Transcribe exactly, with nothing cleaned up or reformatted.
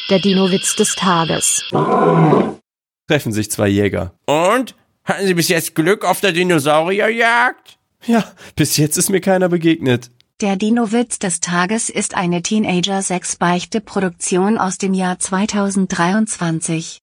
Der Dino-Witz des Tages. Treffen sich zwei Jäger. Und? Hatten Sie bis jetzt Glück auf der Dinosaurierjagd? Ja, bis jetzt ist mir keiner begegnet. Der Dino-Witz des Tages ist eine Teenager sechs Beichte-Produktion aus dem Jahr zweitausenddreiundzwanzig.